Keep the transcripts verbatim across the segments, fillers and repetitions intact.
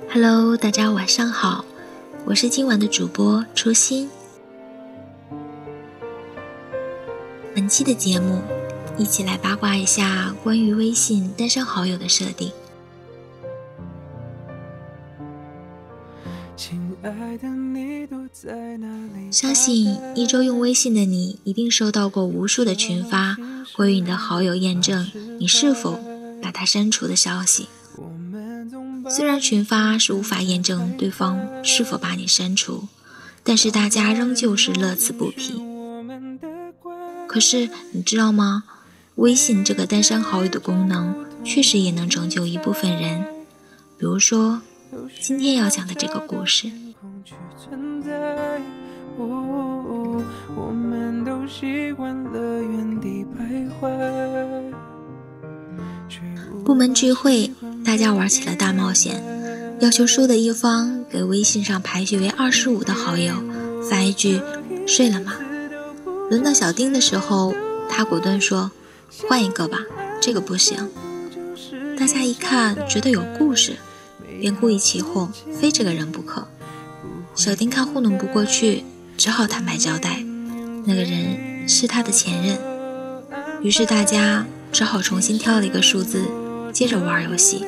Hello， 大家晚上好，我是今晚的主播初心。本期的节目，一起来八卦一下关于微信单身好友的设定。相信一周用微信的你，一定收到过无数的群发关于你的好友验证你是否把他删除的消息。虽然群发是无法验证对方是否把你删除，但是大家仍旧是乐此不疲。可是你知道吗？微信这个单身好友的功能确实也能拯救一部分人，比如说今天要讲的这个故事。我们都习惯了原地徘徊。部门聚会，大家玩起了大冒险，要求输的一方给微信上排序为二十五的好友发一句睡了吗？轮到小丁的时候，他果断说换一个吧，这个不行。大家一看觉得有故事，便故意起哄，非这个人不可。小丁看糊弄不过去，只好坦白交代，那个人是他的前任。于是大家只好重新挑了一个数字，接着玩游戏。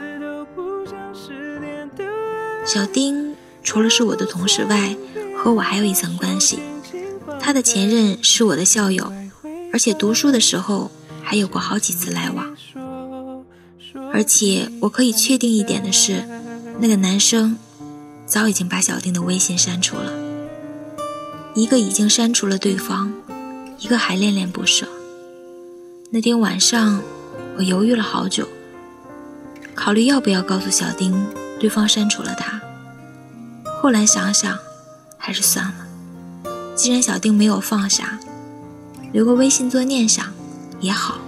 小丁除了是我的同事外，和我还有一层关系，他的前任是我的校友，而且读书的时候还有过好几次来往。而且我可以确定一点的是，那个男生早已经把小丁的微信删除了，一个已经删除了对方，一个还恋恋不舍。那天晚上我犹豫了好久，考虑要不要告诉小丁对方删除了他。后来想想还是算了，既然小丁没有放下，留个微信做念想也好。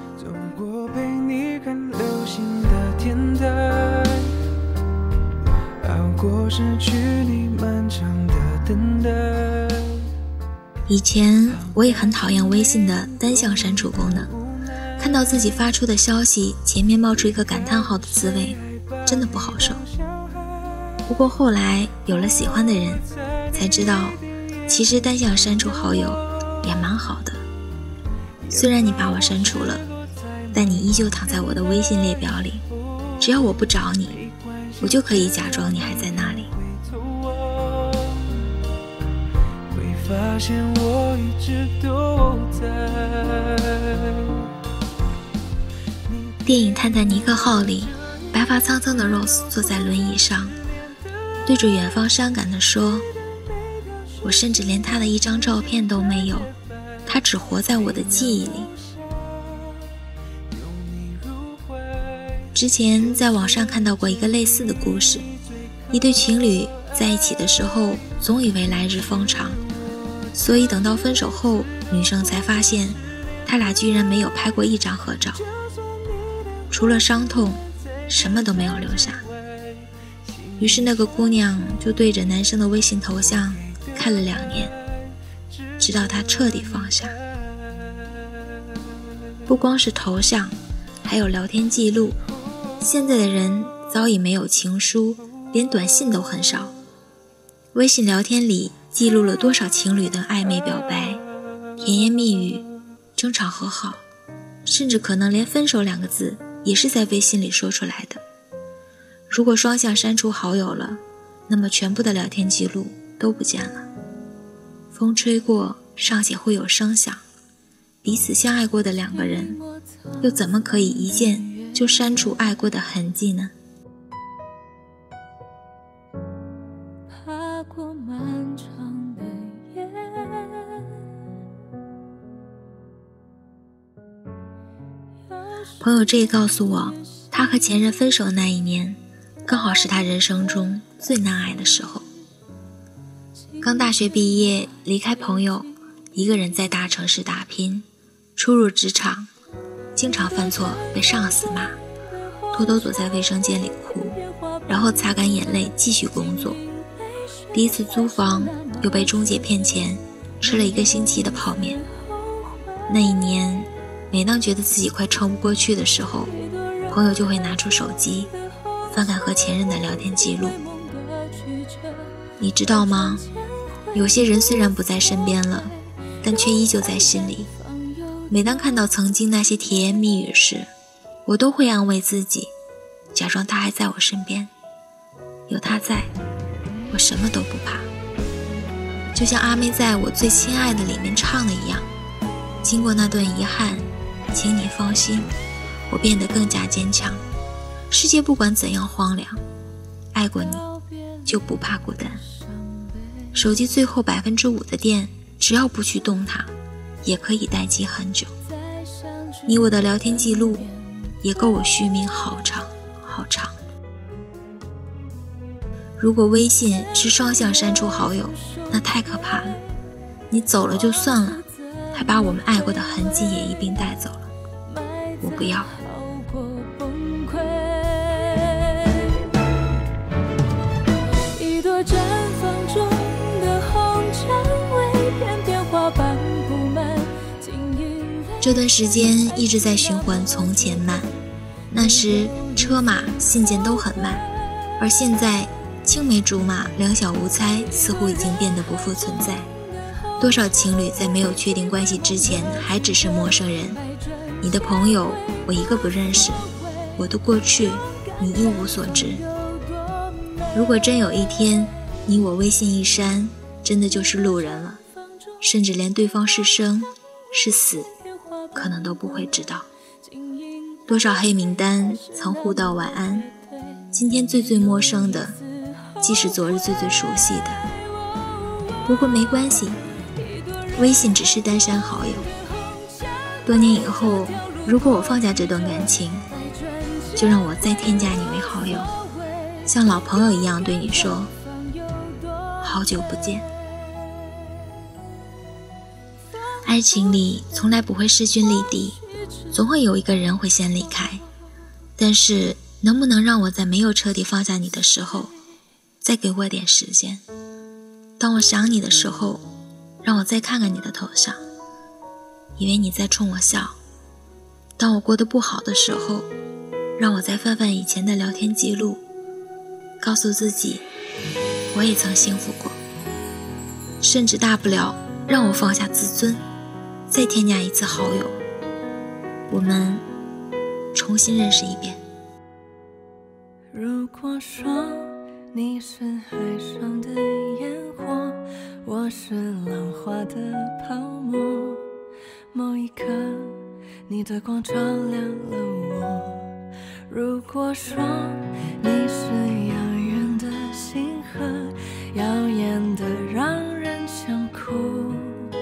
以前我也很讨厌微信的单向删除功能，看到自己发出的消息前面冒出一个感叹号的滋味真的不好受。不过后来有了喜欢的人，才知道其实单向删除好友也蛮好的。虽然你把我删除了，但你依旧躺在我的微信列表里，只要我不找你，我就可以假装你还在那里。发现我一直都在。电影《泰坦尼克号》里，白发苍苍的 Rose 坐在轮椅上，对着远方伤感地说，我甚至连他的一张照片都没有，他只活在我的记忆里。之前在网上看到过一个类似的故事，一对情侣在一起的时候总以为来日方长，所以等到分手后，女生才发现他俩居然没有拍过一张合照，除了伤痛什么都没有留下。于是那个姑娘就对着男生的微信头像看了两年，直到他彻底放下。不光是头像，还有聊天记录，现在的人早已没有情书，连短信都很少。微信聊天里记录了多少情侣的暧昧表白、甜言蜜语、争吵和好，甚至可能连分手两个字也是在微信里说出来的。如果双向删除好友了，那么全部的聊天记录都不见了。风吹过尚且会有声响，彼此相爱过的两个人，又怎么可以一键就删除爱过的痕迹呢？过漫长的夜，朋友 J 告诉我，他和前任分手的那一年，刚好是他人生中最难挨的时候。刚大学毕业，离开朋友，一个人在大城市打拼，初入职场，经常犯错被上司骂，偷偷躲在卫生间里哭，然后擦干眼泪继续工作。第一次租房又被中介骗钱，吃了一个星期的泡面。那一年，每当觉得自己快撑不过去的时候，朋友就会拿出手机翻看和前任的聊天记录。你知道吗？有些人虽然不在身边了，但却依旧在心里。每当看到曾经那些甜言蜜语时，我都会安慰自己，假装他还在我身边。有他在，我什么都不怕。就像阿妹在我最亲爱的里面唱的一样，经过那段遗憾，请你放心，我变得更加坚强。世界不管怎样荒凉，爱过你就不怕孤单。手机最后百分之五的电，只要不去动它，也可以待机很久。你我的聊天记录也够我续命好长好长。如果微信是双向删除好友，那太可怕了。你走了就算了，还把我们爱过的痕迹也一并带走了。我不要。一朵绽放中的红蔷薇，片片花瓣布满。这段时间一直在循环从前慢，那时车马信件都很慢，而现在青梅竹马两小无猜似乎已经变得不复存在。多少情侣在没有确定关系之前还只是陌生人，你的朋友我一个不认识，我的过去你一无所知。如果真有一天你我微信一删，真的就是路人了，甚至连对方是生是死可能都不会知道。多少黑名单曾互道晚安，今天最最陌生的既是昨日最最熟悉的。不过没关系，微信只是单删好友。多年以后，如果我放下这段感情，就让我再添加你为好友，像老朋友一样对你说好久不见。爱情里从来不会势均力敌，总会有一个人会先离开。但是能不能让我在没有彻底放下你的时候再给我点时间？当我想你的时候，让我再看看你的头上，以为你在冲我笑。当我过得不好的时候，让我再翻翻以前的聊天记录，告诉自己我也曾幸福过。甚至大不了让我放下自尊，再添加一次好友，我们重新认识一遍。如果说你是海上的烟火，我是浪花的泡沫，某一刻你的光照亮了我。如果说你是遥远的星河，耀眼的让人想哭，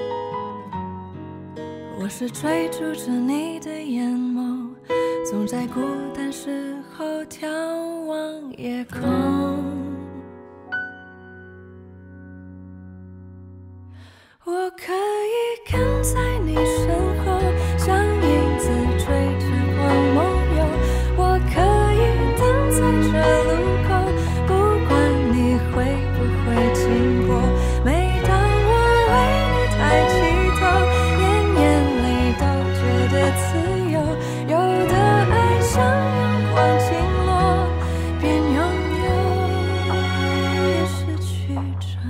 我是追逐着你的眼眸，总在孤单时候眺望夜空。我可以跟在你身后，像影子追着光梦游。我可以等在这路口，不管你会不会经过。每当我为你抬起头，连眼泪都觉得自由。有的爱像阳光倾落，边拥有也失去着。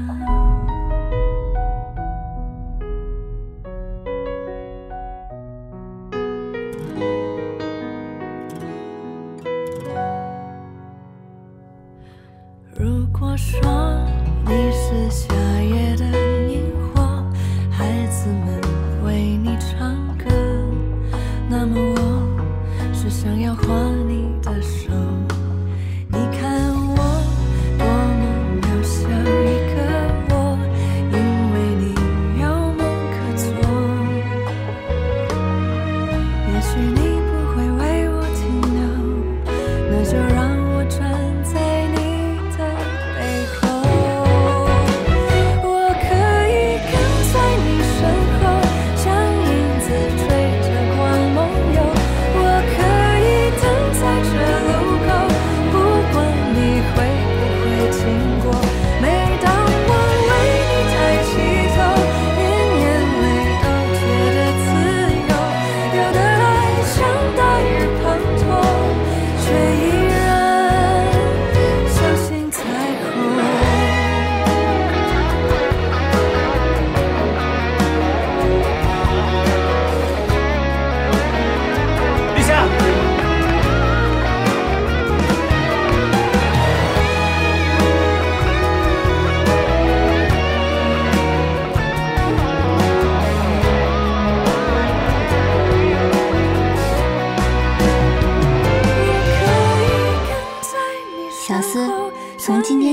如果说你是夏夜的萤火，孩子们为你唱歌，那么我是想要握你的手。你看我多么渺小一个我，因为你有梦可做。也许你不会为我停留，那就让我站在你背后。我可以跟在你身后，像影子追着光梦游。我可以等在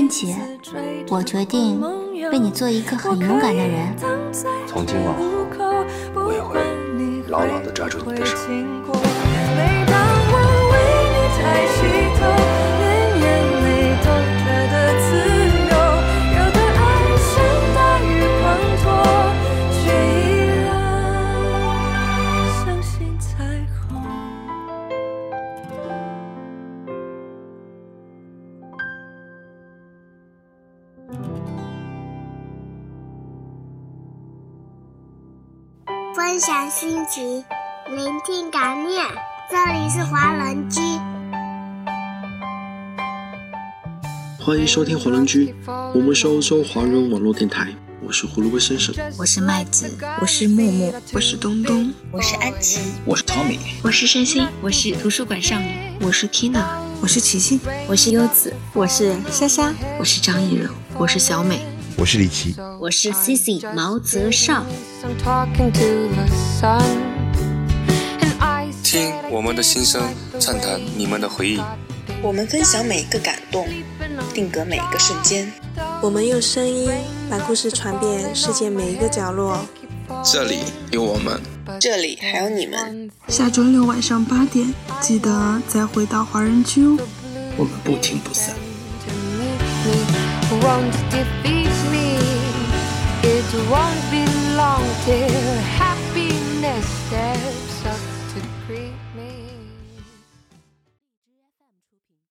天起，我决定为你做一个很勇敢的人。 从今往后，我也会牢牢地抓住你的手。 每当我为你抬起头，连眼泪都觉得自由，有的爱像大雨滂沱，却依然相信彩虹。 分享心情，聆听感念，这里是华人居。 欢迎收听华人居，我们是欧洲华人网络电台，我是胡萝卜先生， 我是麦子， 我是木木， 我是东东， 我是安琪， 我是 Tommy， 我是山心，我是图书馆少女， 我是 Tina， 我是琪琪， 我是优子， 我是莎莎， 我是张艺柔， 我是小美， 我是李琦， 我是 Cici 毛泽少。 听我们的心声，畅谈你们的回忆。 我们分享每一个感动，定格每一个瞬间。 我们用声音把故事传遍世界每一个角落。 这里有我们， 这里还有你们。 下周六晚上八点，记得再回到华人区哦。 我们不听不散。 Won't defeat me. It won't be long till happiness steps up to greet me.